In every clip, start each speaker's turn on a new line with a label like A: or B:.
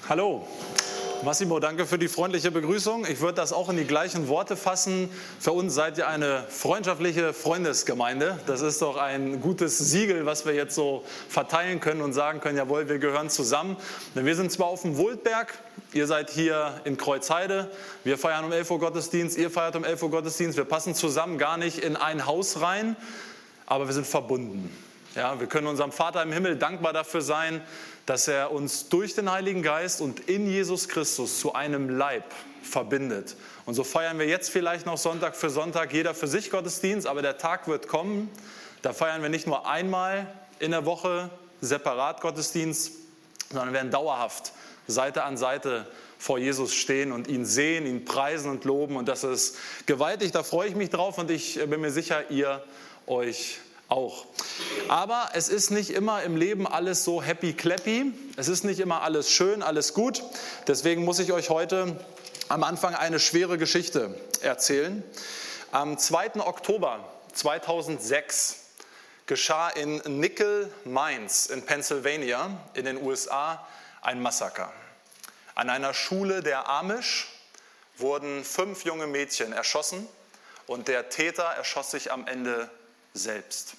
A: Hallo, Massimo, danke für die freundliche Begrüßung. Ich würde das auch in die gleichen Worte fassen. Für uns seid ihr eine freundschaftliche Freundesgemeinde. Das ist doch ein gutes Siegel, was wir jetzt so verteilen können und sagen können, jawohl, wir gehören zusammen. Denn wir sind zwar auf dem Wohltberg, ihr seid hier in Kreuzheide, wir feiern um 11 Uhr Gottesdienst, ihr feiert um 11 Uhr Gottesdienst. Wir passen zusammen gar nicht in ein Haus rein, aber wir sind verbunden. Ja, wir können unserem Vater im Himmel dankbar dafür sein, dass er uns durch den Heiligen Geist und in Jesus Christus zu einem Leib verbindet. Und so feiern wir jetzt vielleicht noch Sonntag für Sonntag, jeder für sich Gottesdienst, aber der Tag wird kommen, da feiern wir nicht nur einmal in der Woche separat Gottesdienst, sondern werden dauerhaft Seite an Seite vor Jesus stehen und ihn sehen, ihn preisen und loben. Und das ist gewaltig, da freue ich mich drauf und ich bin mir sicher, ihr euch auch. Aber es ist nicht immer im Leben alles so happy-clappy. Es ist nicht immer alles schön, alles gut. Deswegen muss ich euch heute am Anfang eine schwere Geschichte erzählen. Am 2. Oktober 2006 geschah in Nickel Mines in Pennsylvania in den USA ein Massaker. An einer Schule der Amish wurden 5 junge Mädchen erschossen und der Täter erschoss sich am Ende selbst.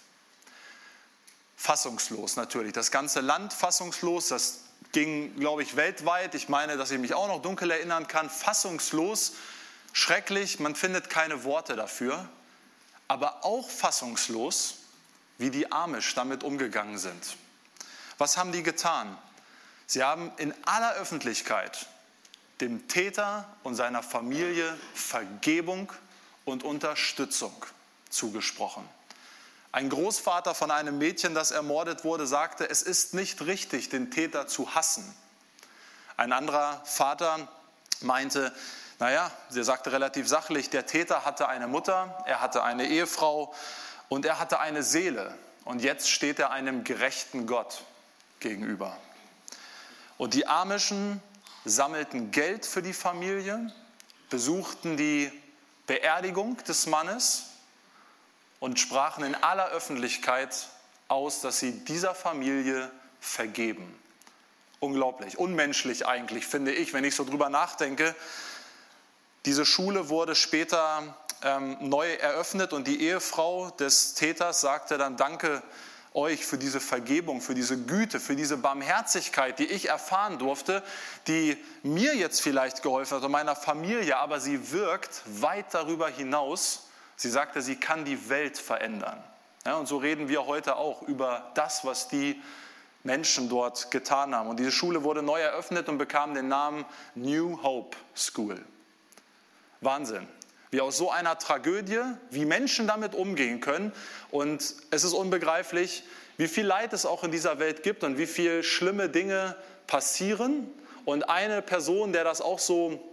A: Fassungslos natürlich, das ganze Land fassungslos, das ging, glaube ich, weltweit. Ich meine, dass ich mich auch noch dunkel erinnern kann, fassungslos, schrecklich, man findet keine Worte dafür, aber auch fassungslos, wie die Amish damit umgegangen sind. Was haben die getan? Sie haben in aller Öffentlichkeit dem Täter und seiner Familie Vergebung und Unterstützung zugesprochen. Ein Großvater von einem Mädchen, das ermordet wurde, sagte, es ist nicht richtig, den Täter zu hassen. Ein anderer Vater meinte, er sagte relativ sachlich, der Täter hatte eine Mutter, er hatte eine Ehefrau und er hatte eine Seele. Und jetzt steht er einem gerechten Gott gegenüber. Und die Amischen sammelten Geld für die Familie, besuchten die Beerdigung des Mannes und sprachen in aller Öffentlichkeit aus, dass sie dieser Familie vergeben. Unglaublich, unmenschlich eigentlich, finde ich, wenn ich so drüber nachdenke. Diese Schule wurde später neu eröffnet und die Ehefrau des Täters sagte dann, danke euch für diese Vergebung, für diese Güte, für diese Barmherzigkeit, die ich erfahren durfte, die mir jetzt vielleicht geholfen hat und meiner Familie, aber sie wirkt weit darüber hinaus. Sie sagte, sie kann die Welt verändern. Ja, und so reden wir heute auch über das, was die Menschen dort getan haben. Und diese Schule wurde neu eröffnet und bekam den Namen New Hope School. Wahnsinn. Wie aus so einer Tragödie, wie Menschen damit umgehen können. Und es ist unbegreiflich, wie viel Leid es auch in dieser Welt gibt und wie viele schlimme Dinge passieren. Und eine Person, der es auch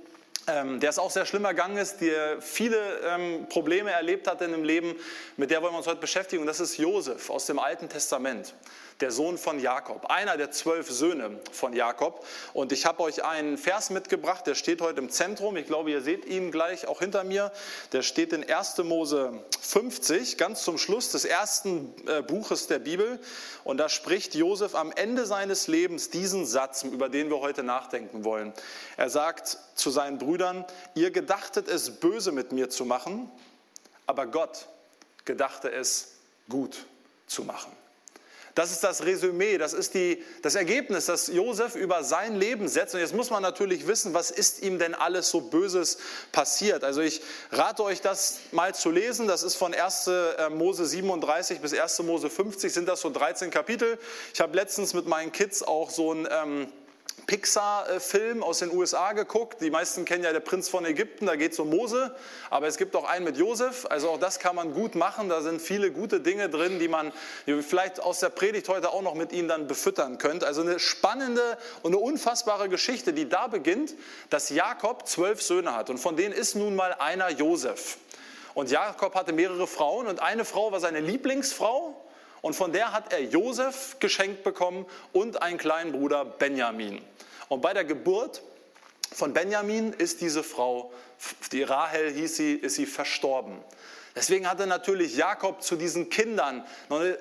A: sehr schlimm ergangen ist, die viele Probleme erlebt hat in dem Leben, mit der wollen wir uns heute beschäftigen. Und das ist Josef aus dem Alten Testament, der Sohn von Jakob, einer der 12 Söhne von Jakob. Und ich habe euch einen Vers mitgebracht, der steht heute im Zentrum. Ich glaube, ihr seht ihn gleich auch hinter mir. Der steht in 1. Mose 50, ganz zum Schluss des ersten Buches der Bibel. Und da spricht Josef am Ende seines Lebens diesen Satz, über den wir heute nachdenken wollen. Er sagt zu seinen Brüdern, ihr gedachtet es böse mit mir zu machen, aber Gott gedachte es gut zu machen. Das ist das Resümee, das ist das Ergebnis, das Josef über sein Leben setzt. Und jetzt muss man natürlich wissen, was ist ihm denn alles so Böses passiert. Also ich rate euch, das mal zu lesen. Das ist von 1. Mose 37 bis 1. Mose 50, sind das so 13 Kapitel. Ich habe letztens mit meinen Kids auch so ein Pixar-Film aus den USA geguckt. Die meisten kennen ja Der Prinz von Ägypten, da geht es um Mose, aber es gibt auch einen mit Josef, also auch das kann man gut machen, da sind viele gute Dinge drin, die ihr vielleicht aus der Predigt heute auch noch mit ihnen dann befüttern könnt. Also eine spannende und eine unfassbare Geschichte, die da beginnt, dass Jakob 12 Söhne hat und von denen ist nun mal einer Josef. Und Jakob hatte mehrere Frauen und eine Frau war seine Lieblingsfrau. Und von der hat er Josef geschenkt bekommen und einen kleinen Bruder Benjamin. Und bei der Geburt von Benjamin ist diese Frau, die Rahel hieß sie, ist sie verstorben. Deswegen hatte natürlich Jakob zu diesen Kindern noch eine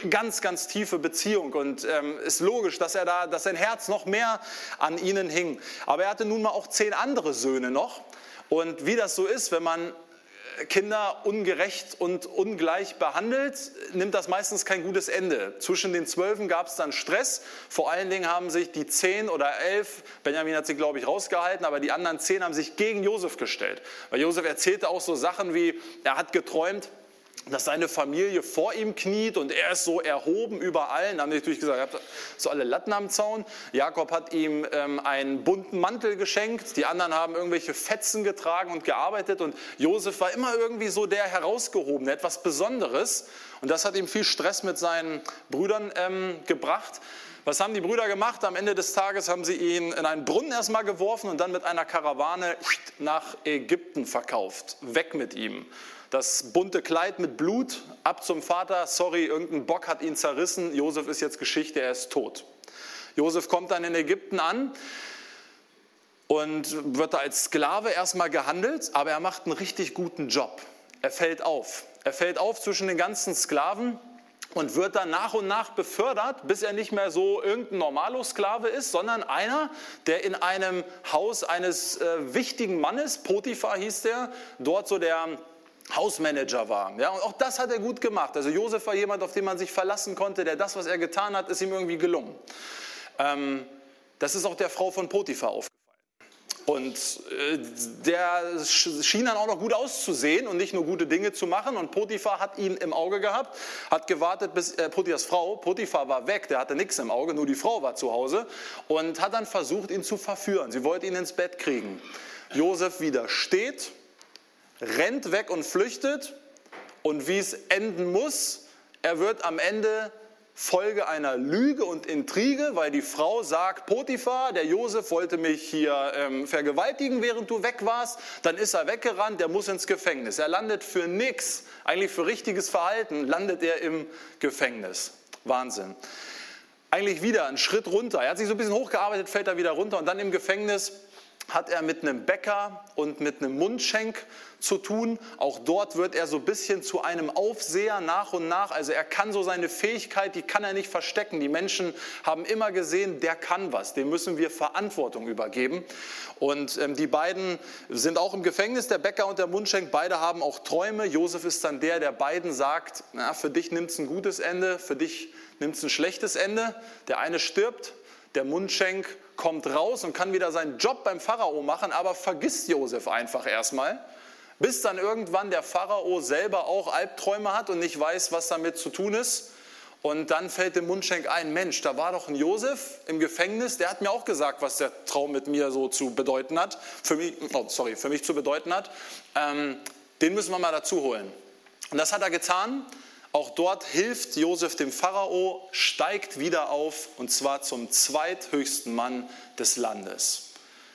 A: ganz, ganz tiefe Beziehung und ist logisch, dass sein Herz noch mehr an ihnen hing. Aber er hatte nun mal auch 10 andere Söhne noch und wie das so ist, wenn man Kinder ungerecht und ungleich behandelt, nimmt das meistens kein gutes Ende. Zwischen den 12 gab es dann Stress. Vor allen Dingen haben sich die 10 oder 11, Benjamin hat sie, glaube ich, rausgehalten, aber die anderen 10 haben sich gegen Josef gestellt. Weil Josef erzählte auch so Sachen wie, er hat geträumt, dass seine Familie vor ihm kniet und er ist so erhoben über allen. Da haben die natürlich gesagt, ihr habt so alle Latten am Zaun. Jakob hat ihm einen bunten Mantel geschenkt, die anderen haben irgendwelche Fetzen getragen und gearbeitet und Josef war immer irgendwie so der Herausgehobene, etwas Besonderes und das hat ihm viel Stress mit seinen Brüdern gebracht. Was haben die Brüder gemacht? Am Ende des Tages haben sie ihn in einen Brunnen erstmal geworfen und dann mit einer Karawane nach Ägypten verkauft. Weg mit ihm. Das bunte Kleid mit Blut, ab zum Vater, sorry, irgendein Bock hat ihn zerrissen, Josef ist jetzt Geschichte, er ist tot. Josef kommt dann in Ägypten an und wird da als Sklave erstmal gehandelt, aber er macht einen richtig guten Job. Er fällt auf. Er fällt auf zwischen den ganzen Sklaven und wird dann nach und nach befördert, bis er nicht mehr so irgendein Normalo-Sklave ist, sondern einer, der in einem Haus eines wichtigen Mannes, Potiphar hieß der, dort so der Hausmanager war. Ja, und auch das hat er gut gemacht. Also Josef war jemand, auf den man sich verlassen konnte, der das, was er getan hat, ist ihm irgendwie gelungen. Das ist auch der Frau von Potiphar aufgefallen. Und der schien dann auch noch gut auszusehen und nicht nur gute Dinge zu machen. Und Potiphar hat ihn im Auge gehabt, hat gewartet, bis Potiphar war weg, der hatte nichts im Auge, nur die Frau war zu Hause und hat dann versucht, ihn zu verführen. Sie wollte ihn ins Bett kriegen. Josef widersteht, rennt weg und flüchtet und wie es enden muss, er wird am Ende Folge einer Lüge und Intrige, weil die Frau sagt, Potiphar, der Josef wollte mich hier vergewaltigen, während du weg warst, dann ist er weggerannt, der muss ins Gefängnis. Er landet für nichts, eigentlich für richtiges Verhalten, landet er im Gefängnis. Wahnsinn. Eigentlich wieder einen Schritt runter, er hat sich so ein bisschen hochgearbeitet, fällt er wieder runter und dann im Gefängnis hat er mit einem Bäcker und mit einem Mundschenk zu tun. Auch dort wird er so ein bisschen zu einem Aufseher nach und nach. Also er kann so seine Fähigkeit, die kann er nicht verstecken. Die Menschen haben immer gesehen, der kann was, dem müssen wir Verantwortung übergeben. Und die beiden sind auch im Gefängnis, der Bäcker und der Mundschenk. Beide haben auch Träume. Josef ist dann der beiden sagt, na, für dich nimmt es ein gutes Ende, für dich nimmt es ein schlechtes Ende. Der eine stirbt, der Mundschenk kommt raus und kann wieder seinen Job beim Pharao machen, aber vergisst Josef einfach erstmal, bis dann irgendwann der Pharao selber auch Albträume hat und nicht weiß, was damit zu tun ist. Und dann fällt dem Mundschenk ein, Mensch, da war doch ein Josef im Gefängnis, der hat mir auch gesagt, was der Traum mit mir so zu bedeuten hat, für mich zu bedeuten hat. Den müssen wir mal dazu holen. Und das hat er getan. Auch dort hilft Josef dem Pharao, steigt wieder auf und zwar zum zweithöchsten Mann des Landes.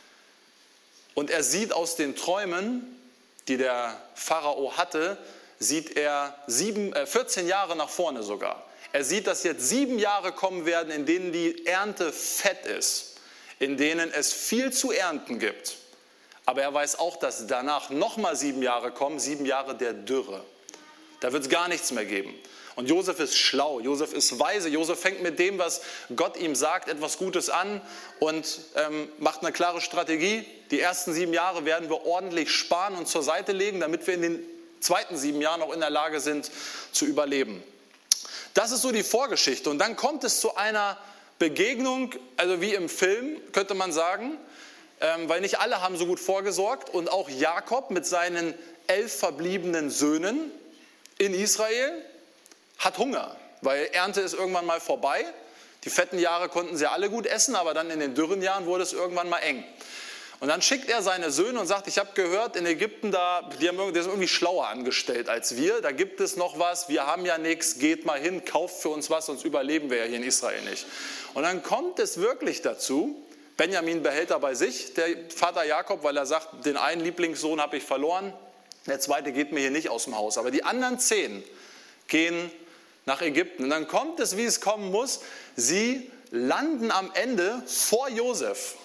A: Und er sieht aus den Träumen, die der Pharao hatte, sieht er 14 Jahre nach vorne sogar. Er sieht, dass jetzt 7 Jahre kommen werden, in denen die Ernte fett ist, in denen es viel zu ernten gibt. Aber er weiß auch, dass danach nochmal 7 Jahre kommen, 7 Jahre der Dürre. Da wird es gar nichts mehr geben. Und Josef ist schlau, Josef ist weise, Josef fängt mit dem, was Gott ihm sagt, etwas Gutes an und macht eine klare Strategie. Die ersten 7 Jahre werden wir ordentlich sparen und zur Seite legen, damit wir in den zweiten 7 Jahren auch in der Lage sind zu überleben. Das ist so die Vorgeschichte. Und dann kommt es zu einer Begegnung, also wie im Film, könnte man sagen, weil nicht alle haben so gut vorgesorgt und auch Jakob mit seinen 11 verbliebenen Söhnen in Israel hat Hunger, weil Ernte ist irgendwann mal vorbei. Die fetten Jahre konnten sie alle gut essen, aber dann in den dürren Jahren wurde es irgendwann mal eng. Und dann schickt er seine Söhne und sagt, ich habe gehört, in Ägypten, die sind irgendwie schlauer angestellt als wir, da gibt es noch was, wir haben ja nichts, geht mal hin, kauft für uns was, sonst überleben wir ja hier in Israel nicht. Und dann kommt es wirklich dazu, Benjamin behält er bei sich, der Vater Jakob, weil er sagt, den einen Lieblingssohn habe ich verloren, der zweite geht mir hier nicht aus dem Haus. Aber die anderen 10 gehen nach Ägypten. Und dann kommt es, wie es kommen muss. Sie landen am Ende vor Josef.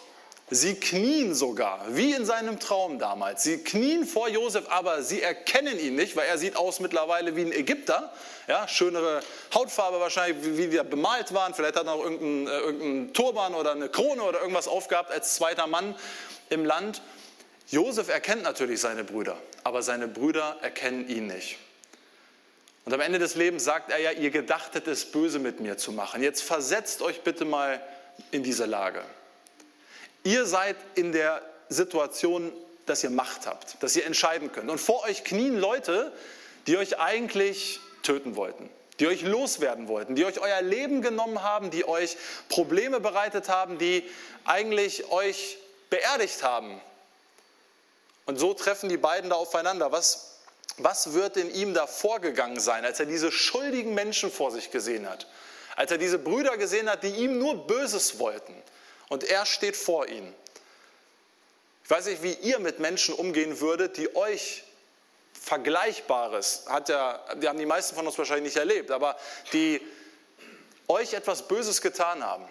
A: Sie knien sogar, wie in seinem Traum damals. Sie knien vor Josef, aber sie erkennen ihn nicht, weil er sieht aus mittlerweile wie ein Ägypter. Ja, schönere Hautfarbe wahrscheinlich, wie die bemalt waren. Vielleicht hat er noch irgendeinen Turban oder eine Krone oder irgendwas aufgehabt als zweiter Mann im Land. Josef erkennt natürlich seine Brüder, aber seine Brüder erkennen ihn nicht. Und am Ende des Lebens sagt er ja, ihr gedachtet es böse mit mir zu machen. Jetzt versetzt euch bitte mal in diese Lage. Ihr seid in der Situation, dass ihr Macht habt, dass ihr entscheiden könnt. Und vor euch knien Leute, die euch eigentlich töten wollten, die euch loswerden wollten, die euch euer Leben genommen haben, die euch Probleme bereitet haben, die eigentlich euch beerdigt haben. Und so treffen die beiden da aufeinander. Was wird in ihm da vorgegangen sein, als er diese schuldigen Menschen vor sich gesehen hat? Als er diese Brüder gesehen hat, die ihm nur Böses wollten. Und er steht vor ihnen. Ich weiß nicht, wie ihr mit Menschen umgehen würdet, die euch Vergleichbares, die haben die meisten von uns wahrscheinlich nicht erlebt, aber die euch etwas Böses getan haben.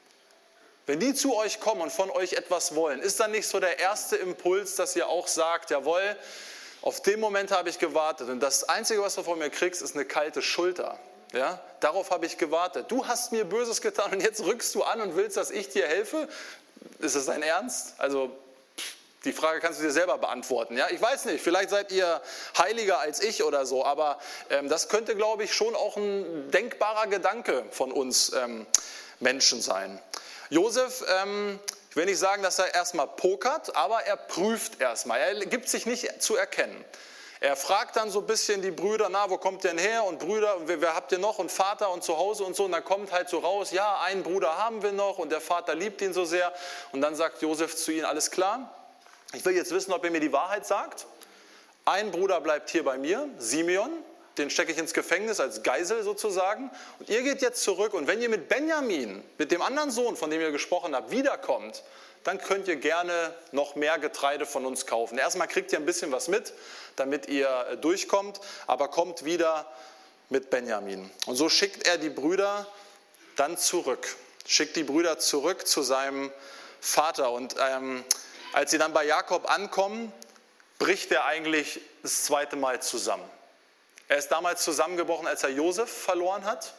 A: Wenn die zu euch kommen und von euch etwas wollen, ist dann nicht so der erste Impuls, dass ihr auch sagt, jawohl, auf den Moment habe ich gewartet und das Einzige, was du von mir kriegst, ist eine kalte Schulter. Ja, darauf habe ich gewartet. Du hast mir Böses getan und jetzt rückst du an und willst, dass ich dir helfe? Ist das dein Ernst? Also die Frage kannst du dir selber beantworten. Ja? Ich weiß nicht, vielleicht seid ihr heiliger als ich oder so, aber das könnte, glaube ich, schon auch ein denkbarer Gedanke von uns Menschen sein. Josef, ich will nicht sagen, dass er erstmal pokert, aber er prüft erstmal. Er gibt sich nicht zu erkennen. Er fragt dann so ein bisschen die Brüder, wo kommt ihr denn her? Und Brüder, wer habt ihr noch? Und Vater und zu Hause und so. Und dann kommt halt so raus, ja, einen Bruder haben wir noch und der Vater liebt ihn so sehr. Und dann sagt Josef zu ihnen, alles klar, ich will jetzt wissen, ob ihr mir die Wahrheit sagt. Ein Bruder bleibt hier bei mir, Simeon, den stecke ich ins Gefängnis als Geisel sozusagen. Und ihr geht jetzt zurück und wenn ihr mit Benjamin, mit dem anderen Sohn, von dem ihr gesprochen habt, wiederkommt, dann könnt ihr gerne noch mehr Getreide von uns kaufen. Erstmal kriegt ihr ein bisschen was mit, damit ihr durchkommt, aber kommt wieder mit Benjamin. Und so schickt er die Brüder dann zurück. Schickt die Brüder zurück zu seinem Vater. Und als sie dann bei Jakob ankommen, bricht er eigentlich das zweite Mal zusammen. Er ist damals zusammengebrochen, als er Josef verloren hat.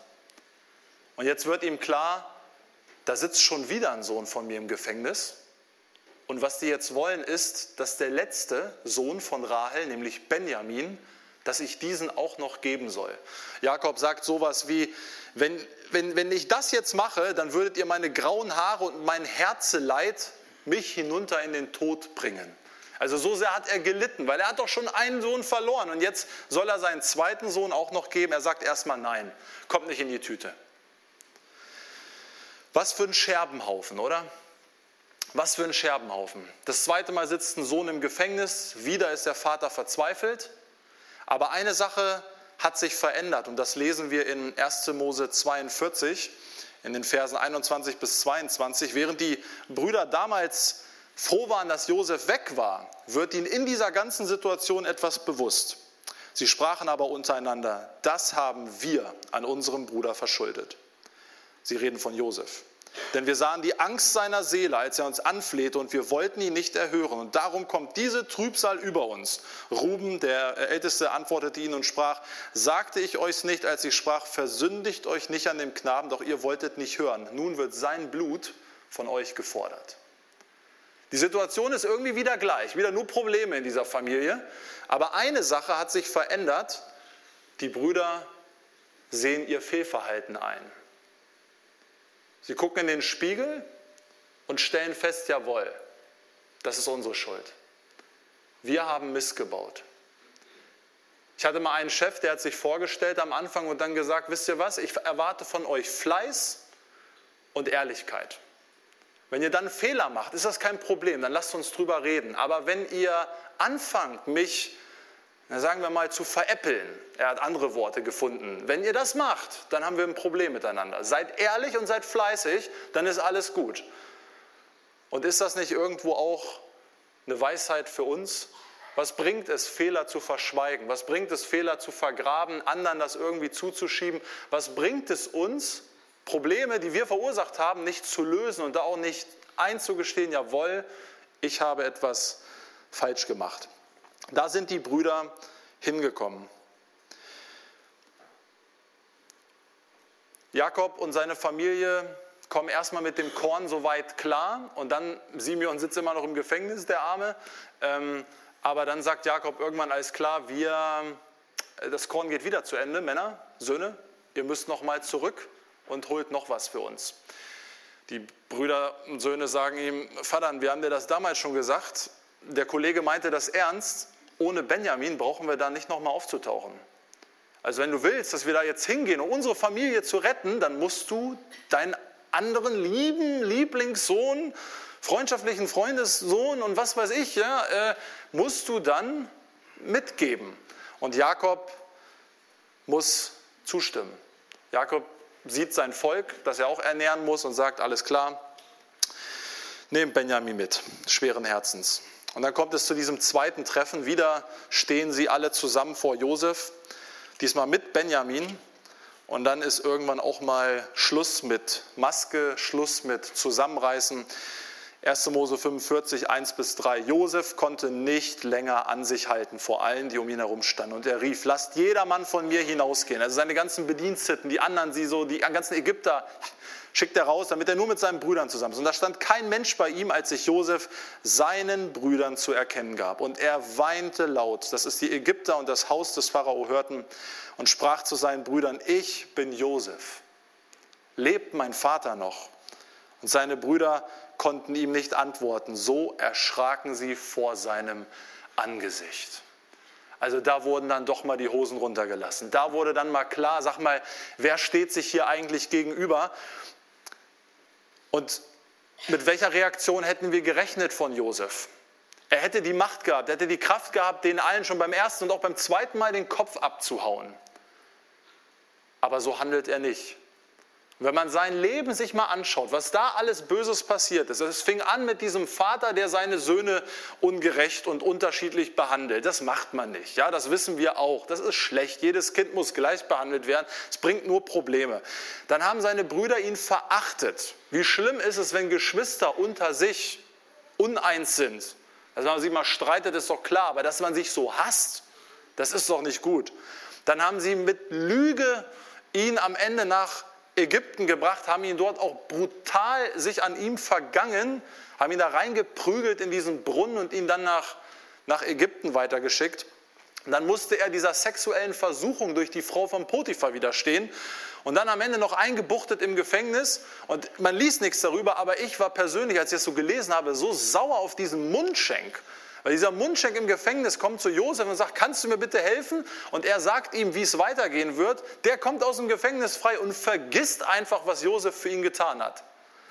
A: Und jetzt wird ihm klar, da sitzt schon wieder ein Sohn von mir im Gefängnis. Und was die jetzt wollen, ist, dass der letzte Sohn von Rahel, nämlich Benjamin, dass ich diesen auch noch geben soll. Jakob sagt sowas wie, wenn ich das jetzt mache, dann würdet ihr meine grauen Haare und mein Herzeleid mich hinunter in den Tod bringen. Also so sehr hat er gelitten, weil er hat doch schon einen Sohn verloren und jetzt soll er seinen zweiten Sohn auch noch geben. Er sagt erstmal nein, kommt nicht in die Tüte. Was für ein Scherbenhaufen, oder? Was für ein Scherbenhaufen. Das zweite Mal sitzt ein Sohn im Gefängnis, wieder ist der Vater verzweifelt. Aber eine Sache hat sich verändert und das lesen wir in 1. Mose 42, in den Versen 21 bis 22. Während die Brüder damals froh waren, dass Josef weg war, wird ihnen in dieser ganzen Situation etwas bewusst. Sie sprachen aber untereinander, das haben wir an unserem Bruder verschuldet. Sie reden von Josef. Denn wir sahen die Angst seiner Seele, als er uns anflehte und wir wollten ihn nicht erhören. Und darum kommt diese Trübsal über uns. Ruben, der Älteste, antwortete ihnen und sprach, sagte ich euch nicht, als ich sprach, versündigt euch nicht an dem Knaben, doch ihr wolltet nicht hören. Nun wird sein Blut von euch gefordert. Die Situation ist irgendwie wieder gleich, wieder nur Probleme in dieser Familie. Aber eine Sache hat sich verändert. Die Brüder sehen ihr Fehlverhalten ein. Sie gucken in den Spiegel und stellen fest, jawohl, das ist unsere Schuld. Wir haben Mist gebaut. Ich hatte mal einen Chef, der hat sich vorgestellt am Anfang und dann gesagt, wisst ihr was, ich erwarte von euch Fleiß und Ehrlichkeit. Wenn ihr dann Fehler macht, ist das kein Problem, dann lasst uns drüber reden. Aber wenn ihr anfangt, mich, sagen wir mal, zu veräppeln, er hat andere Worte gefunden, wenn ihr das macht, dann haben wir ein Problem miteinander. Seid ehrlich und seid fleißig, dann ist alles gut. Und ist das nicht irgendwo auch eine Weisheit für uns? Was bringt es, Fehler zu verschweigen? Was bringt es, Fehler zu vergraben, anderen das irgendwie zuzuschieben? Was bringt es uns, Probleme, die wir verursacht haben, nicht zu lösen und da auch nicht einzugestehen, jawohl, ich habe etwas falsch gemacht. Da sind die Brüder hingekommen. Jakob und seine Familie kommen erstmal mit dem Korn soweit klar und dann, Simeon sitzt immer noch im Gefängnis, der Arme, aber dann sagt Jakob irgendwann, alles klar, das Korn geht wieder zu Ende, Männer, Söhne, ihr müsst nochmal zurück und holt noch was für uns. Die Brüder und Söhne sagen ihm, Vater, wir haben dir das damals schon gesagt, der Kollege meinte das ernst, ohne Benjamin brauchen wir da nicht nochmal aufzutauchen. Also wenn du willst, dass wir da jetzt hingehen, um unsere Familie zu retten, dann musst du deinen anderen lieben Lieblingssohn, freundschaftlichen Freundessohn und was weiß ich, musst du dann mitgeben. Und Jakob muss zustimmen. Jakob sieht sein Volk, das er auch ernähren muss und sagt, alles klar, nehmt Benjamin mit, schweren Herzens. Und dann kommt es zu diesem zweiten Treffen, wieder stehen sie alle zusammen vor Josef, diesmal mit Benjamin. Und dann ist irgendwann auch mal Schluss mit Maske, Schluss mit Zusammenreißen. 1. Mose 45, 1-3. Josef konnte nicht länger an sich halten vor allen, die um ihn herum standen. Und er rief, lasst jedermann von mir hinausgehen. Also seine ganzen Bediensteten, die anderen, die ganzen Ägypter, schickt er raus, damit er nur mit seinen Brüdern zusammen ist. Und da stand kein Mensch bei ihm, als sich Josef seinen Brüdern zu erkennen gab. Und er weinte laut, dass es die Ägypter und das Haus des Pharao hörten und sprach zu seinen Brüdern, ich bin Josef. Lebt mein Vater noch? Und seine Brüder konnten ihm nicht antworten. So erschraken sie vor seinem Angesicht. Also da wurden dann doch mal die Hosen runtergelassen. Da wurde dann mal klar, sag mal, wer steht sich hier eigentlich gegenüber? Und mit welcher Reaktion hätten wir gerechnet von Josef? Er hätte die Macht gehabt, er hätte die Kraft gehabt, denen allen schon beim ersten und auch beim zweiten Mal den Kopf abzuhauen. Aber so handelt er nicht. Wenn man sein Leben sich mal anschaut, was da alles Böses passiert ist, es fing an mit diesem Vater, der seine Söhne ungerecht und unterschiedlich behandelt. Das macht man nicht, ja, das wissen wir auch. Das ist schlecht. Jedes Kind muss gleich behandelt werden. Es bringt nur Probleme. Dann haben seine Brüder ihn verachtet. Wie schlimm ist es, wenn Geschwister unter sich uneins sind? Dass man sich mal streitet, ist doch klar, aber dass man sich so hasst, das ist doch nicht gut. Dann haben sie mit Lüge ihn am Ende nach Ägypten gebracht, haben ihn dort auch brutal sich an ihm vergangen, haben ihn da reingeprügelt in diesen Brunnen und ihn dann nach Ägypten weitergeschickt. Und dann musste er dieser sexuellen Versuchung durch die Frau von Potiphar widerstehen und dann am Ende noch eingebuchtet im Gefängnis. Und man liest nichts darüber, aber ich war persönlich, als ich das so gelesen habe, so sauer auf diesen Mundschenk. Weil dieser Mundschenk im Gefängnis kommt zu Josef und sagt, kannst du mir bitte helfen? Und er sagt ihm, wie es weitergehen wird. Der kommt aus dem Gefängnis frei und vergisst einfach, was Josef für ihn getan hat.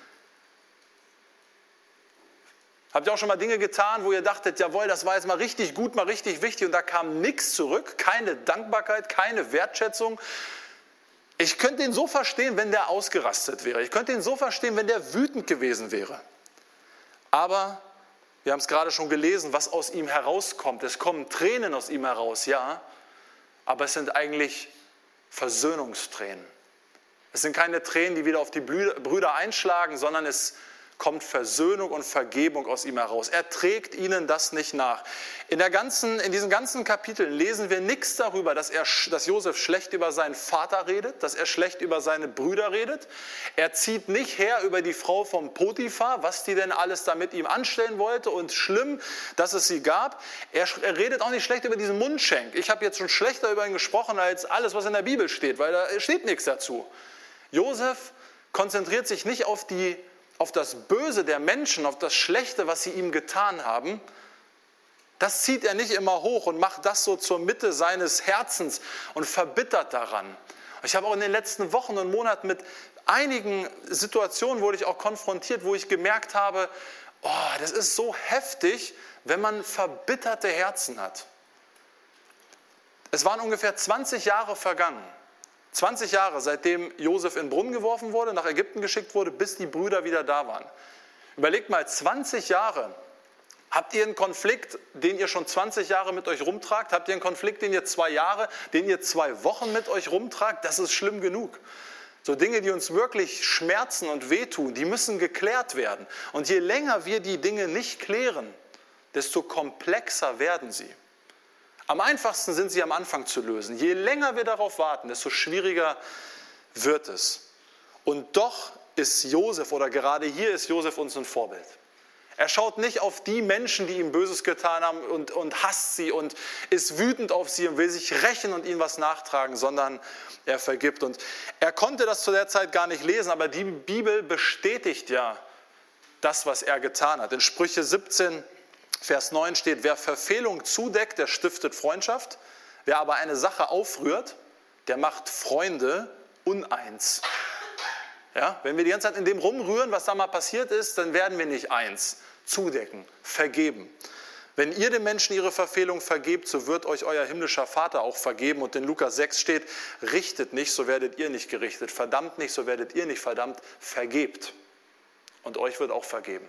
A: Habt ihr auch schon mal Dinge getan, wo ihr dachtet, jawohl, das war jetzt mal richtig gut, mal richtig wichtig und da kam nichts zurück, keine Dankbarkeit, keine Wertschätzung. Ich könnte ihn so verstehen, wenn der ausgerastet wäre. Ich könnte ihn so verstehen, wenn der wütend gewesen wäre. Aber wir haben es gerade schon gelesen, was aus ihm herauskommt. Es kommen Tränen aus ihm heraus, ja, aber es sind eigentlich Versöhnungstränen. Es sind keine Tränen, die wieder auf die Brüder einschlagen, sondern es kommt Versöhnung und Vergebung aus ihm heraus. Er trägt ihnen das nicht nach. In diesen ganzen Kapiteln lesen wir nichts darüber, dass Josef schlecht über seinen Vater redet, dass er schlecht über seine Brüder redet. Er zieht nicht her über die Frau von Potiphar, was die denn alles da mit ihm anstellen wollte und schlimm, dass es sie gab. Er redet auch nicht schlecht über diesen Mundschenk. Ich habe jetzt schon schlechter über ihn gesprochen als alles, was in der Bibel steht, weil da steht nichts dazu. Josef konzentriert sich nicht auf das Böse der Menschen, auf das Schlechte, was sie ihm getan haben. Das zieht er nicht immer hoch und macht das so zur Mitte seines Herzens und verbittert daran. Ich habe auch in den letzten Wochen und Monaten mit einigen Situationen wurde ich auch konfrontiert, wo ich gemerkt habe, das ist so heftig, wenn man verbitterte Herzen hat. Es waren ungefähr 20 Jahre vergangen. 20 Jahre, seitdem Josef in den Brunnen geworfen wurde, nach Ägypten geschickt wurde, bis die Brüder wieder da waren. Überlegt mal, 20 Jahre. Habt ihr einen Konflikt, den ihr schon 20 Jahre mit euch rumtragt? Habt ihr einen Konflikt, den ihr 2 Jahre, den ihr 2 Wochen mit euch rumtragt? Das ist schlimm genug. So Dinge, die uns wirklich schmerzen und wehtun, die müssen geklärt werden. Und je länger wir die Dinge nicht klären, desto komplexer werden sie. Am einfachsten sind sie am Anfang zu lösen. Je länger wir darauf warten, desto schwieriger wird es. Und doch ist Josef, oder gerade hier ist Josef uns ein Vorbild. Er schaut nicht auf die Menschen, die ihm Böses getan haben und hasst sie und ist wütend auf sie und will sich rächen und ihnen was nachtragen, sondern er vergibt. Und er konnte das zu der Zeit gar nicht lesen, aber die Bibel bestätigt ja das, was er getan hat. In Sprüche 17, Vers 9 steht, wer Verfehlung zudeckt, der stiftet Freundschaft. Wer aber eine Sache aufrührt, der macht Freunde uneins. Ja, wenn wir die ganze Zeit in dem rumrühren, was da mal passiert ist, dann werden wir nicht eins. Zudecken, vergeben. Wenn ihr den Menschen ihre Verfehlung vergebt, so wird euch euer himmlischer Vater auch vergeben. Und in Lukas 6 steht, richtet nicht, so werdet ihr nicht gerichtet. Verdammt nicht, so werdet ihr nicht verdammt. Vergebt. Und euch wird auch vergeben.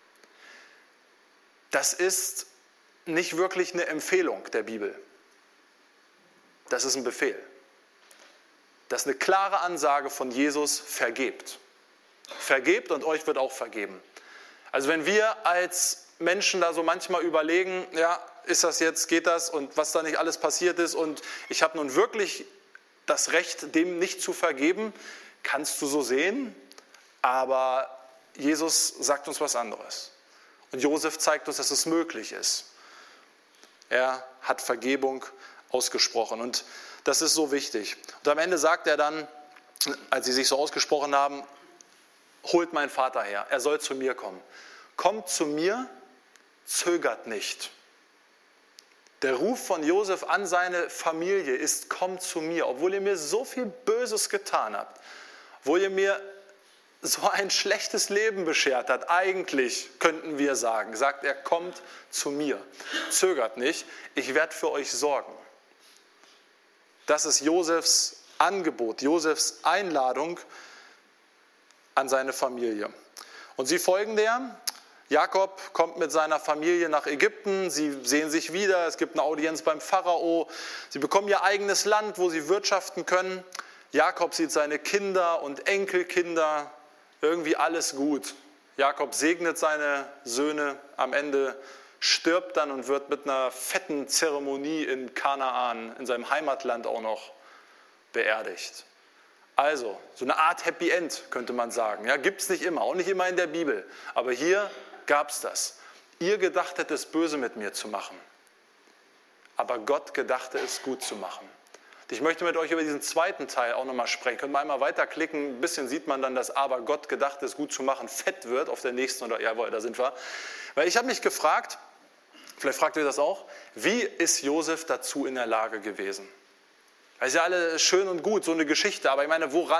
A: Das ist nicht wirklich eine Empfehlung der Bibel. Das ist ein Befehl. Das ist eine klare Ansage von Jesus, vergebt. Vergebt und euch wird auch vergeben. Also wenn wir als Menschen da so manchmal überlegen, ja, ist das jetzt, geht das und was da nicht alles passiert ist und ich habe nun wirklich das Recht, dem nicht zu vergeben, kannst du so sehen, aber Jesus sagt uns was anderes. Und Josef zeigt uns, dass es möglich ist. Er hat Vergebung ausgesprochen und das ist so wichtig. Und am Ende sagt er dann, als sie sich so ausgesprochen haben, holt meinen Vater her, er soll zu mir kommen. Kommt zu mir, zögert nicht. Der Ruf von Josef an seine Familie ist, kommt zu mir, obwohl ihr mir so viel Böses getan habt, obwohl ihr mir so ein schlechtes Leben beschert habt, eigentlich könnten wir sagen, sagt er, kommt zu mir, zögert nicht, ich werde für euch sorgen. Das ist Josefs Angebot, Josefs Einladung an seine Familie. Und sie folgen der. Jakob kommt mit seiner Familie nach Ägypten, sie sehen sich wieder, es gibt eine Audienz beim Pharao, sie bekommen ihr eigenes Land, wo sie wirtschaften können. Jakob sieht seine Kinder und Enkelkinder, irgendwie alles gut. Jakob segnet seine Söhne, am Ende stirbt dann und wird mit einer fetten Zeremonie in Kanaan, in seinem Heimatland auch noch beerdigt. Also, so eine Art Happy End könnte man sagen. Ja, gibt es nicht immer, auch nicht immer in der Bibel. Aber hier gab es das. Ihr gedachtet es böse mit mir zu machen, aber Gott gedachte es gut zu machen. Und ich möchte mit euch über diesen zweiten Teil auch nochmal sprechen. Können wir einmal weiterklicken, ein bisschen sieht man dann, dass aber Gott gedachte es gut zu machen fett wird auf der nächsten, oder jawohl, da sind wir. Weil ich habe mich gefragt, vielleicht fragt ihr das auch, wie ist Josef dazu in der Lage gewesen? Das ist ja alles schön und gut, so eine Geschichte, aber ich meine, wo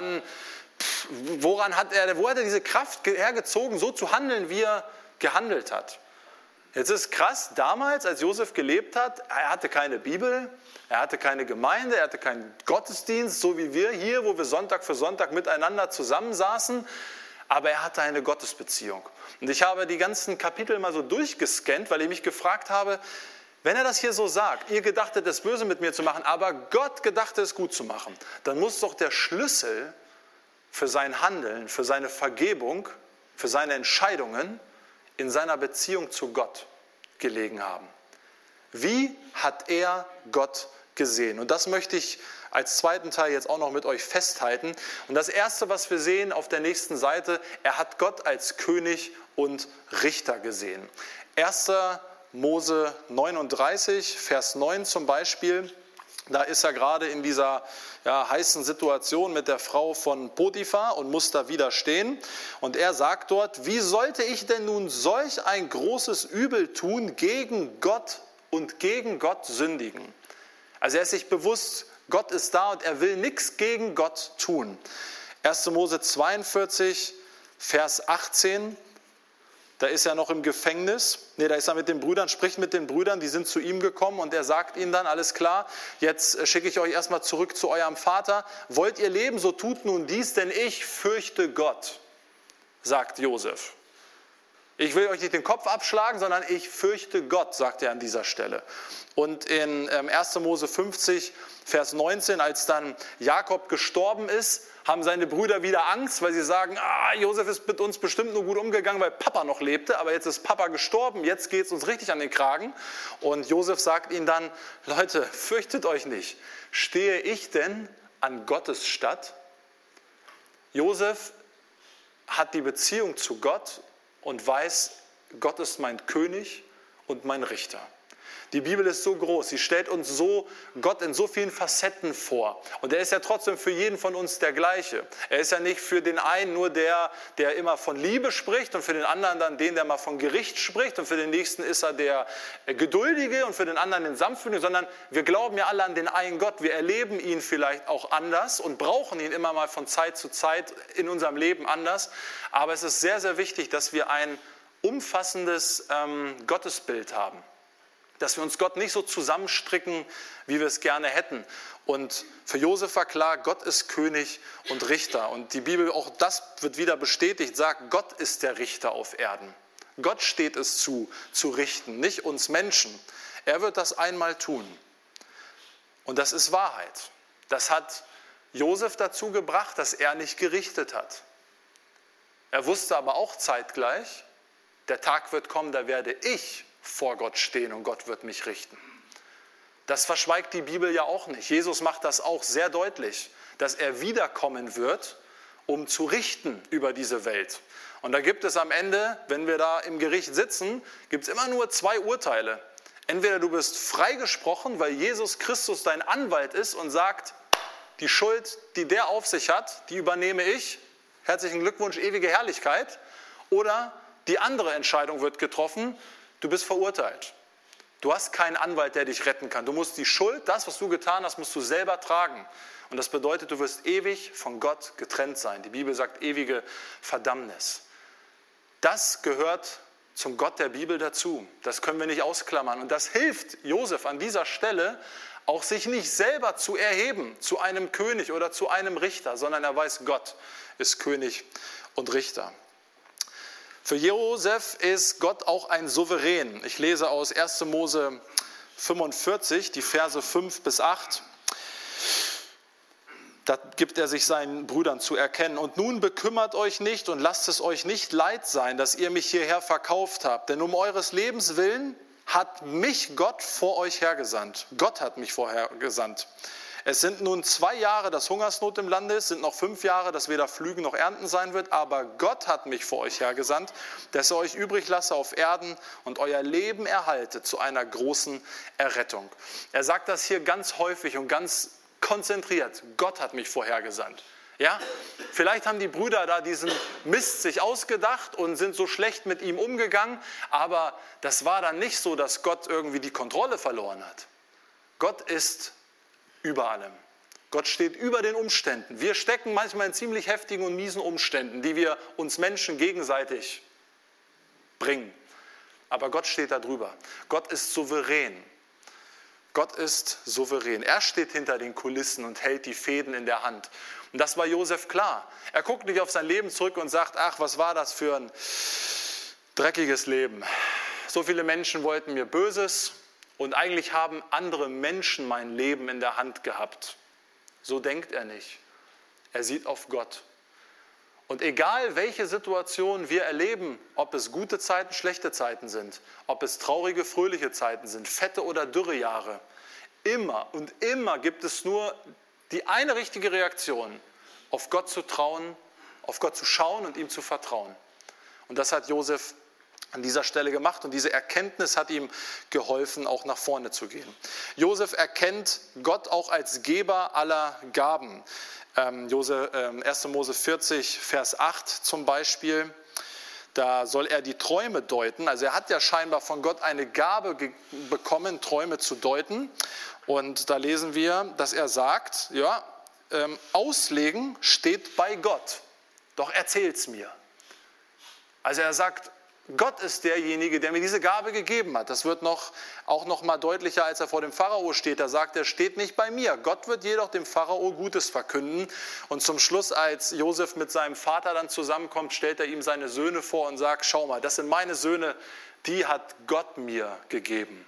A: hat er diese Kraft hergezogen, so zu handeln, wie er gehandelt hat? Jetzt ist krass, damals, als Josef gelebt hat, er hatte keine Bibel, er hatte keine Gemeinde, er hatte keinen Gottesdienst, so wie wir hier, wo wir Sonntag für Sonntag miteinander zusammensaßen, aber er hatte eine Gottesbeziehung. Und ich habe die ganzen Kapitel mal so durchgescannt, weil ich mich gefragt habe, wenn er das hier so sagt, ihr gedachtet es böse mit mir zu machen, aber Gott gedachte es gut zu machen, dann muss doch der Schlüssel für sein Handeln, für seine Vergebung, für seine Entscheidungen in seiner Beziehung zu Gott gelegen haben. Wie hat er Gott gesehen? Und das möchte ich als zweiten Teil jetzt auch noch mit euch festhalten. Und das Erste, was wir sehen auf der nächsten Seite, er hat Gott als König und Richter gesehen. 1. Mose 39, Vers 9 zum Beispiel. Da ist er gerade in dieser heißen Situation mit der Frau von Potiphar und muss da widerstehen. Und er sagt dort, wie sollte ich denn nun solch ein großes Übel tun, gegen Gott und gegen Gott sündigen? Also er ist sich bewusst, Gott ist da und er will nichts gegen Gott tun. 1. Mose 42, Vers 18. Da ist er noch im Gefängnis. Da ist er mit den Brüdern, spricht mit den Brüdern, die sind zu ihm gekommen und er sagt ihnen dann, alles klar, jetzt schicke ich euch erstmal zurück zu eurem Vater. Wollt ihr leben, so tut nun dies, denn ich fürchte Gott, sagt Josef. Ich will euch nicht den Kopf abschlagen, sondern ich fürchte Gott, sagt er an dieser Stelle. Und in 1. Mose 50, Vers 19, als dann Jakob gestorben ist, haben seine Brüder wieder Angst, weil sie sagen, Josef ist mit uns bestimmt nur gut umgegangen, weil Papa noch lebte, aber jetzt ist Papa gestorben, jetzt geht es uns richtig an den Kragen. Und Josef sagt ihnen dann, Leute, fürchtet euch nicht, stehe ich denn an Gottes Statt? Josef hat die Beziehung zu Gott und weiß, Gott ist mein König und mein Richter. Die Bibel ist so groß, sie stellt uns so Gott in so vielen Facetten vor. Und er ist ja trotzdem für jeden von uns der gleiche. Er ist ja nicht für den einen nur der immer von Liebe spricht und für den anderen dann der mal von Gericht spricht und für den nächsten ist er der Geduldige und für den anderen den Sanftmütigen, sondern wir glauben ja alle an den einen Gott. Wir erleben ihn vielleicht auch anders und brauchen ihn immer mal von Zeit zu Zeit in unserem Leben anders. Aber es ist sehr, sehr wichtig, dass wir ein umfassendes Gottesbild haben. Dass wir uns Gott nicht so zusammenstricken, wie wir es gerne hätten. Und für Josef war klar, Gott ist König und Richter. Und die Bibel, auch das wird wieder bestätigt, sagt, Gott ist der Richter auf Erden. Gott steht es zu richten, nicht uns Menschen. Er wird das einmal tun. Und das ist Wahrheit. Das hat Josef dazu gebracht, dass er nicht gerichtet hat. Er wusste aber auch zeitgleich, der Tag wird kommen, da werde ich vor Gott stehen und Gott wird mich richten. Das verschweigt die Bibel ja auch nicht. Jesus macht das auch sehr deutlich, dass er wiederkommen wird, um zu richten über diese Welt. Und da gibt es am Ende, wenn wir da im Gericht sitzen, gibt es immer nur 2 Urteile. Entweder du bist freigesprochen, weil Jesus Christus dein Anwalt ist und sagt, die Schuld, die der auf sich hat, die übernehme ich. Herzlichen Glückwunsch, ewige Herrlichkeit. Oder die andere Entscheidung wird getroffen, du bist verurteilt. Du hast keinen Anwalt, der dich retten kann. Du musst die Schuld, das, was du getan hast, musst du selber tragen. Und das bedeutet, du wirst ewig von Gott getrennt sein. Die Bibel sagt ewige Verdammnis. Das gehört zum Gott der Bibel dazu. Das können wir nicht ausklammern. Und das hilft Josef an dieser Stelle, auch sich nicht selber zu erheben zu einem König oder zu einem Richter, sondern er weiß, Gott ist König und Richter. Für Josef ist Gott auch ein Souverän. Ich lese aus 1. Mose 45, die Verse 5 bis 8. Da gibt er sich seinen Brüdern zu erkennen. Und nun bekümmert euch nicht und lasst es euch nicht leid sein, dass ihr mich hierher verkauft habt. Denn um eures Lebens willen hat mich Gott vor euch hergesandt. Gott hat mich vorher gesandt. Es sind nun 2 Jahre, dass Hungersnot im Lande ist, sind noch 5 Jahre, dass weder Pflügen noch Ernten sein wird. Aber Gott hat mich vor euch hergesandt, dass er euch übrig lasse auf Erden und euer Leben erhalte zu einer großen Errettung. Er sagt das hier ganz häufig und ganz konzentriert. Gott hat mich vorhergesandt. Ja? Vielleicht haben die Brüder da diesen Mist sich ausgedacht und sind so schlecht mit ihm umgegangen, aber das war dann nicht so, dass Gott irgendwie die Kontrolle verloren hat. Gott ist über allem. Gott steht über den Umständen. Wir stecken manchmal in ziemlich heftigen und miesen Umständen, die wir uns Menschen gegenseitig bringen. Aber Gott steht da drüber. Gott ist souverän. Gott ist souverän. Er steht hinter den Kulissen und hält die Fäden in der Hand. Und das war Josef klar. Er guckt nicht auf sein Leben zurück und sagt, ach, was war das für ein dreckiges Leben. So viele Menschen wollten mir Böses und eigentlich haben andere Menschen mein Leben in der Hand gehabt. So denkt er nicht. Er sieht auf Gott. Und egal, welche Situation wir erleben, ob es gute Zeiten, schlechte Zeiten sind, ob es traurige, fröhliche Zeiten sind, fette oder dürre Jahre, immer und immer gibt es nur die eine richtige Reaktion, auf Gott zu trauen, auf Gott zu schauen und ihm zu vertrauen. Und das hat Josef an dieser Stelle gemacht und diese Erkenntnis hat ihm geholfen, auch nach vorne zu gehen. Josef erkennt Gott auch als Geber aller Gaben. 1. Mose 40, Vers 8 zum Beispiel, da soll er die Träume deuten. Also er hat ja scheinbar von Gott eine Gabe bekommen, Träume zu deuten. Und da lesen wir, dass er sagt, ja, Auslegen steht bei Gott, doch erzähl's mir. Also er sagt, Gott ist derjenige, der mir diese Gabe gegeben hat. Das wird auch noch mal deutlicher, als er vor dem Pharao steht. Da sagt er, steht nicht bei mir. Gott wird jedoch dem Pharao Gutes verkünden. Und zum Schluss, als Josef mit seinem Vater dann zusammenkommt, stellt er ihm seine Söhne vor und sagt, schau mal, das sind meine Söhne, die hat Gott mir gegeben.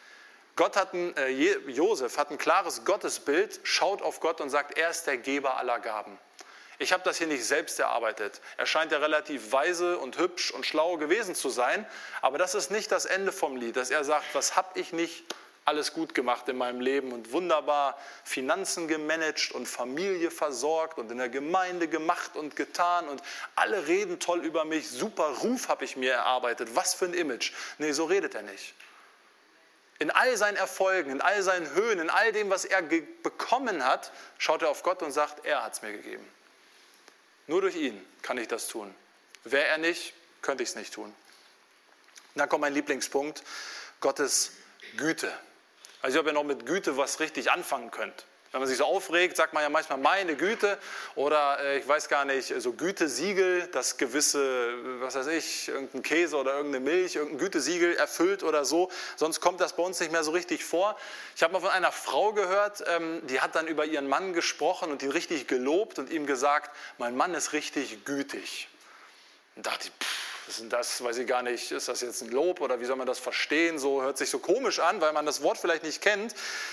A: Josef hat ein klares Gottesbild, schaut auf Gott und sagt, er ist der Geber aller Gaben. Ich habe das hier nicht selbst erarbeitet. Er scheint ja relativ weise und hübsch und schlau gewesen zu sein, aber das ist nicht das Ende vom Lied, dass er sagt, was habe ich nicht alles gut gemacht in meinem Leben und wunderbar Finanzen gemanagt und Familie versorgt und in der Gemeinde gemacht und getan und alle reden toll über mich, super Ruf habe ich mir erarbeitet, was für ein Image. Nee, so redet er nicht. In all seinen Erfolgen, in all seinen Höhen, in all dem, was er bekommen hat, schaut er auf Gott und sagt, er hat es mir gegeben. Nur durch ihn kann ich das tun. Wäre er nicht, könnte ich es nicht tun. Und dann kommt mein Lieblingspunkt, Gottes Güte. Also ob ihr noch mit Güte was richtig anfangen könnt. Wenn man sich so aufregt, sagt man ja manchmal meine Güte oder ich weiß gar nicht, so Gütesiegel, das gewisse, was weiß ich, irgendein Käse oder irgendeine Milch, irgendein Gütesiegel erfüllt oder so. Sonst kommt das bei uns nicht mehr so richtig vor. Ich habe mal von einer Frau gehört, die hat dann über ihren Mann gesprochen und ihn richtig gelobt und ihm gesagt, mein Mann ist richtig gütig. Und dachte ich, was ist denn das, weiß ich gar nicht, ist das jetzt ein Lob oder wie soll man das verstehen? So hört sich so komisch an, weil man das Wort vielleicht nicht kennt.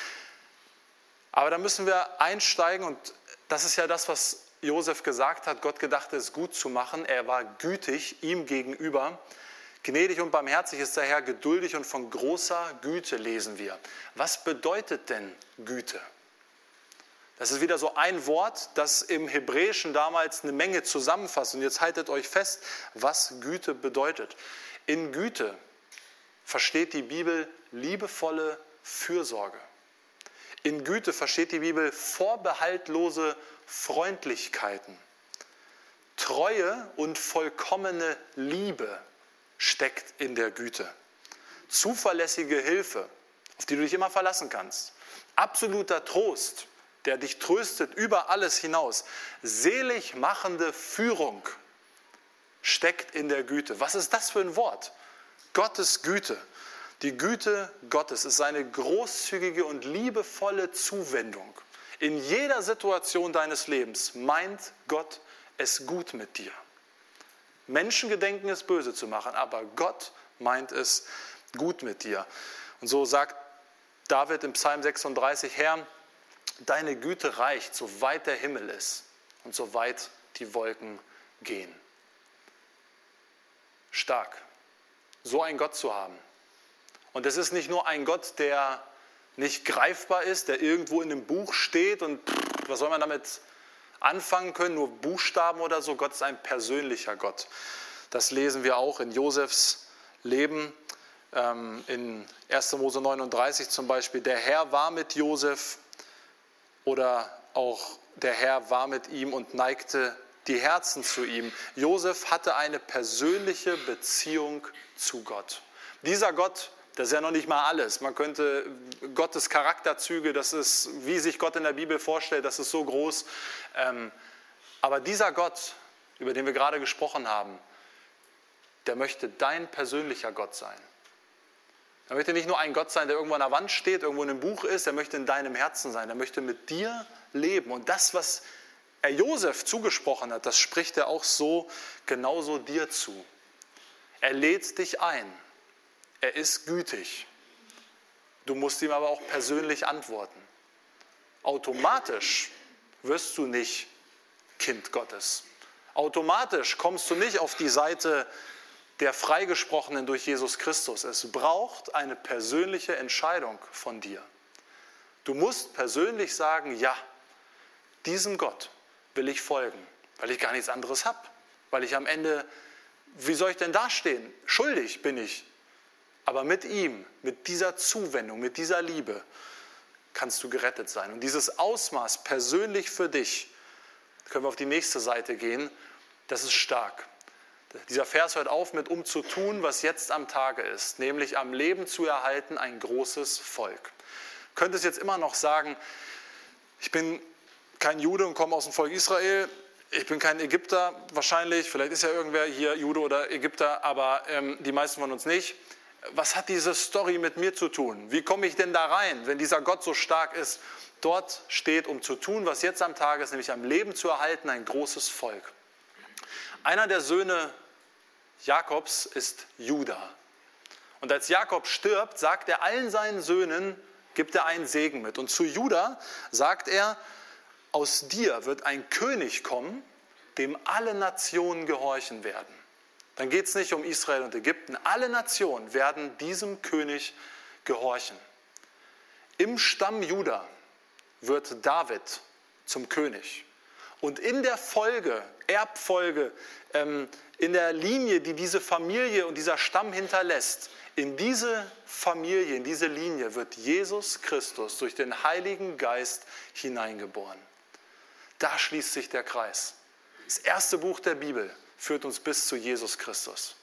A: Aber da müssen wir einsteigen und das ist ja das, was Josef gesagt hat. Gott gedachte, es gut zu machen. Er war gütig ihm gegenüber. Gnädig und barmherzig ist der Herr, geduldig und von großer Güte lesen wir. Was bedeutet denn Güte? Das ist wieder so ein Wort, das im Hebräischen damals eine Menge zusammenfasst. Und jetzt haltet euch fest, was Güte bedeutet. In Güte versteht die Bibel liebevolle Fürsorge. In Güte versteht die Bibel vorbehaltlose Freundlichkeiten. Treue und vollkommene Liebe steckt in der Güte. Zuverlässige Hilfe, auf die du dich immer verlassen kannst. Absoluter Trost, der dich tröstet über alles hinaus. Selig machende Führung steckt in der Güte. Was ist das für ein Wort? Gottes Güte. Die Güte Gottes ist seine großzügige und liebevolle Zuwendung. In jeder Situation deines Lebens meint Gott es gut mit dir. Menschen gedenken es böse zu machen, aber Gott meint es gut mit dir. Und so sagt David im Psalm 36, Herr, deine Güte reicht, so weit der Himmel ist und so weit die Wolken gehen. Stark, so einen Gott zu haben. Und es ist nicht nur ein Gott, der nicht greifbar ist, der irgendwo in einem Buch steht und was soll man damit anfangen können, nur Buchstaben oder so. Gott ist ein persönlicher Gott. Das lesen wir auch in Josefs Leben, in 1. Mose 39 zum Beispiel. Der Herr war mit Josef oder auch der Herr war mit ihm und neigte die Herzen zu ihm. Josef hatte eine persönliche Beziehung zu Gott. Dieser Gott, das ist ja noch nicht mal alles. Man könnte Gottes Charakterzüge, das ist, wie sich Gott in der Bibel vorstellt, das ist so groß. Aber dieser Gott, über den wir gerade gesprochen haben, der möchte dein persönlicher Gott sein. Er möchte nicht nur ein Gott sein, der irgendwo an der Wand steht, irgendwo in einem Buch ist, er möchte in deinem Herzen sein, er möchte mit dir leben. Und das, was er Josef zugesprochen hat, das spricht er auch so genauso dir zu. Er lädt dich ein. Er ist gütig. Du musst ihm aber auch persönlich antworten. Automatisch wirst du nicht Kind Gottes. Automatisch kommst du nicht auf die Seite der Freigesprochenen durch Jesus Christus. Es braucht eine persönliche Entscheidung von dir. Du musst persönlich sagen, ja, diesem Gott will ich folgen, weil ich gar nichts anderes habe. Weil ich am Ende, wie soll ich denn dastehen? Schuldig bin ich. Aber mit ihm, mit dieser Zuwendung, mit dieser Liebe kannst du gerettet sein. Und dieses Ausmaß persönlich für dich, können wir auf die nächste Seite gehen, das ist stark. Dieser Vers hört auf mit, um zu tun, was jetzt am Tage ist, nämlich am Leben zu erhalten, ein großes Volk. Du könntest jetzt immer noch sagen, ich bin kein Jude und komme aus dem Volk Israel, Ich bin kein Ägypter wahrscheinlich, vielleicht ist ja irgendwer hier Jude oder Ägypter, aber die meisten von uns nicht. Was hat diese Story mit mir zu tun? Wie komme ich denn da rein, wenn dieser Gott so stark ist? Dort steht, um zu tun, was jetzt am Tag ist, nämlich am Leben zu erhalten, ein großes Volk. Einer der Söhne Jakobs ist Juda. Und als Jakob stirbt, sagt er allen seinen Söhnen, gibt er einen Segen mit. Und zu Juda sagt er, aus dir wird ein König kommen, dem alle Nationen gehorchen werden. Dann geht es nicht um Israel und Ägypten. Alle Nationen werden diesem König gehorchen. Im Stamm Juda wird David zum König. Und in der Erbfolge, in der Linie, die diese Familie und dieser Stamm hinterlässt, in diese Familie, in diese Linie wird Jesus Christus durch den Heiligen Geist hineingeboren. Da schließt sich der Kreis. Das erste Buch der Bibel führt uns bis zu Jesus Christus.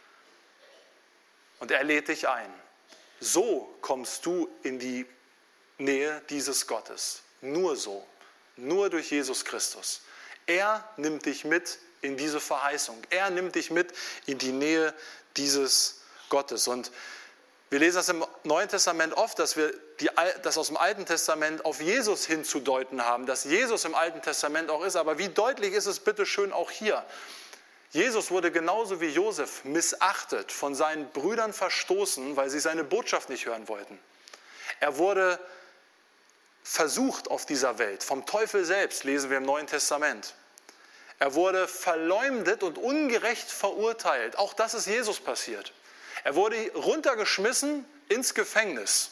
A: Und er lädt dich ein. So kommst du in die Nähe dieses Gottes. Nur so. Nur durch Jesus Christus. Er nimmt dich mit in diese Verheißung. Er nimmt dich mit in die Nähe dieses Gottes. Und wir lesen das im Neuen Testament oft, dass wir das aus dem Alten Testament auf Jesus hinzudeuten haben, dass Jesus im Alten Testament auch ist. Aber wie deutlich ist es bitte schön auch hier? Jesus wurde genauso wie Josef missachtet, von seinen Brüdern verstoßen, weil sie seine Botschaft nicht hören wollten. Er wurde versucht auf dieser Welt, vom Teufel selbst, lesen wir im Neuen Testament. Er wurde verleumdet und ungerecht verurteilt. Auch das ist Jesus passiert. Er wurde runtergeschmissen ins Gefängnis.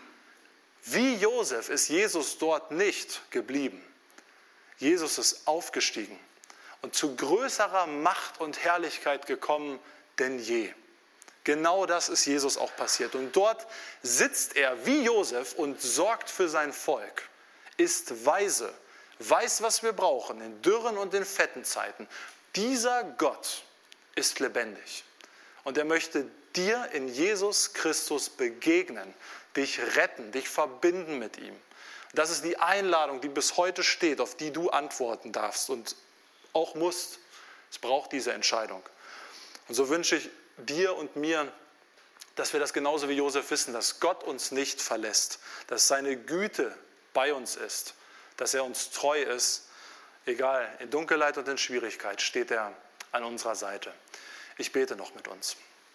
A: Wie Josef ist Jesus dort nicht geblieben. Jesus ist aufgestiegen und zu größerer Macht und Herrlichkeit gekommen denn je. Genau das ist Jesus auch passiert. Und dort sitzt er wie Josef und sorgt für sein Volk, ist weise, weiß, was wir brauchen in dürren und in fetten Zeiten. Dieser Gott ist lebendig und er möchte dir in Jesus Christus begegnen, dich retten, dich verbinden mit ihm. Das ist die Einladung, die bis heute steht, auf die du antworten darfst und auch musst. Es braucht diese Entscheidung. Und so wünsche ich dir und mir, dass wir das genauso wie Josef wissen, dass Gott uns nicht verlässt, dass seine Güte bei uns ist, dass er uns treu ist, egal, in Dunkelheit und in Schwierigkeit steht er an unserer Seite. Ich bete noch mit uns.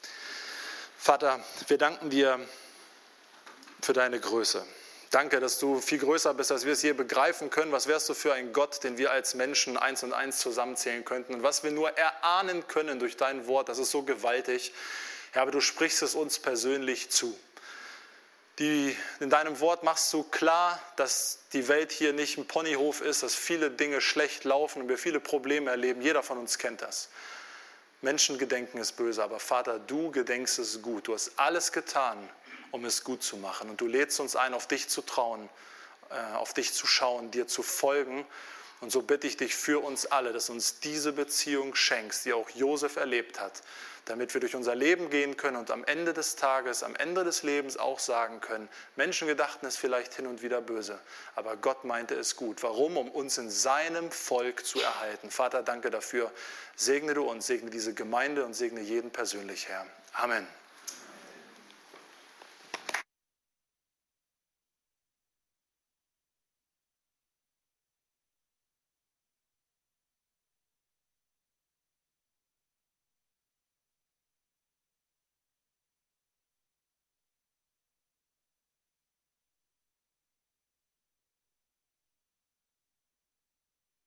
A: Vater, wir danken dir für deine Größe. Danke, dass du viel größer bist, als wir es je begreifen können. Was wärst du für ein Gott, den wir als Menschen 1 und 1 zusammenzählen könnten? Und was wir nur erahnen können durch dein Wort, das ist so gewaltig. Herr, aber du sprichst es uns persönlich zu. In deinem Wort machst du klar, dass die Welt hier nicht ein Ponyhof ist, dass viele Dinge schlecht laufen und wir viele Probleme erleben. Jeder von uns kennt das. Menschengedenken ist böse, aber Vater, du gedenkst es gut. Du hast alles getan, um es gut zu machen. Und du lädst uns ein, auf dich zu trauen, auf dich zu schauen, dir zu folgen. Und so bitte ich dich für uns alle, dass du uns diese Beziehung schenkst, die auch Josef erlebt hat, damit wir durch unser Leben gehen können und am Ende des Tages, am Ende des Lebens auch sagen können, Menschen gedachten es vielleicht hin und wieder böse, aber Gott meinte es gut. Warum? Um uns in seinem Volk zu erhalten. Vater, danke dafür. Segne du uns, segne diese Gemeinde und segne jeden persönlich, Herr. Amen.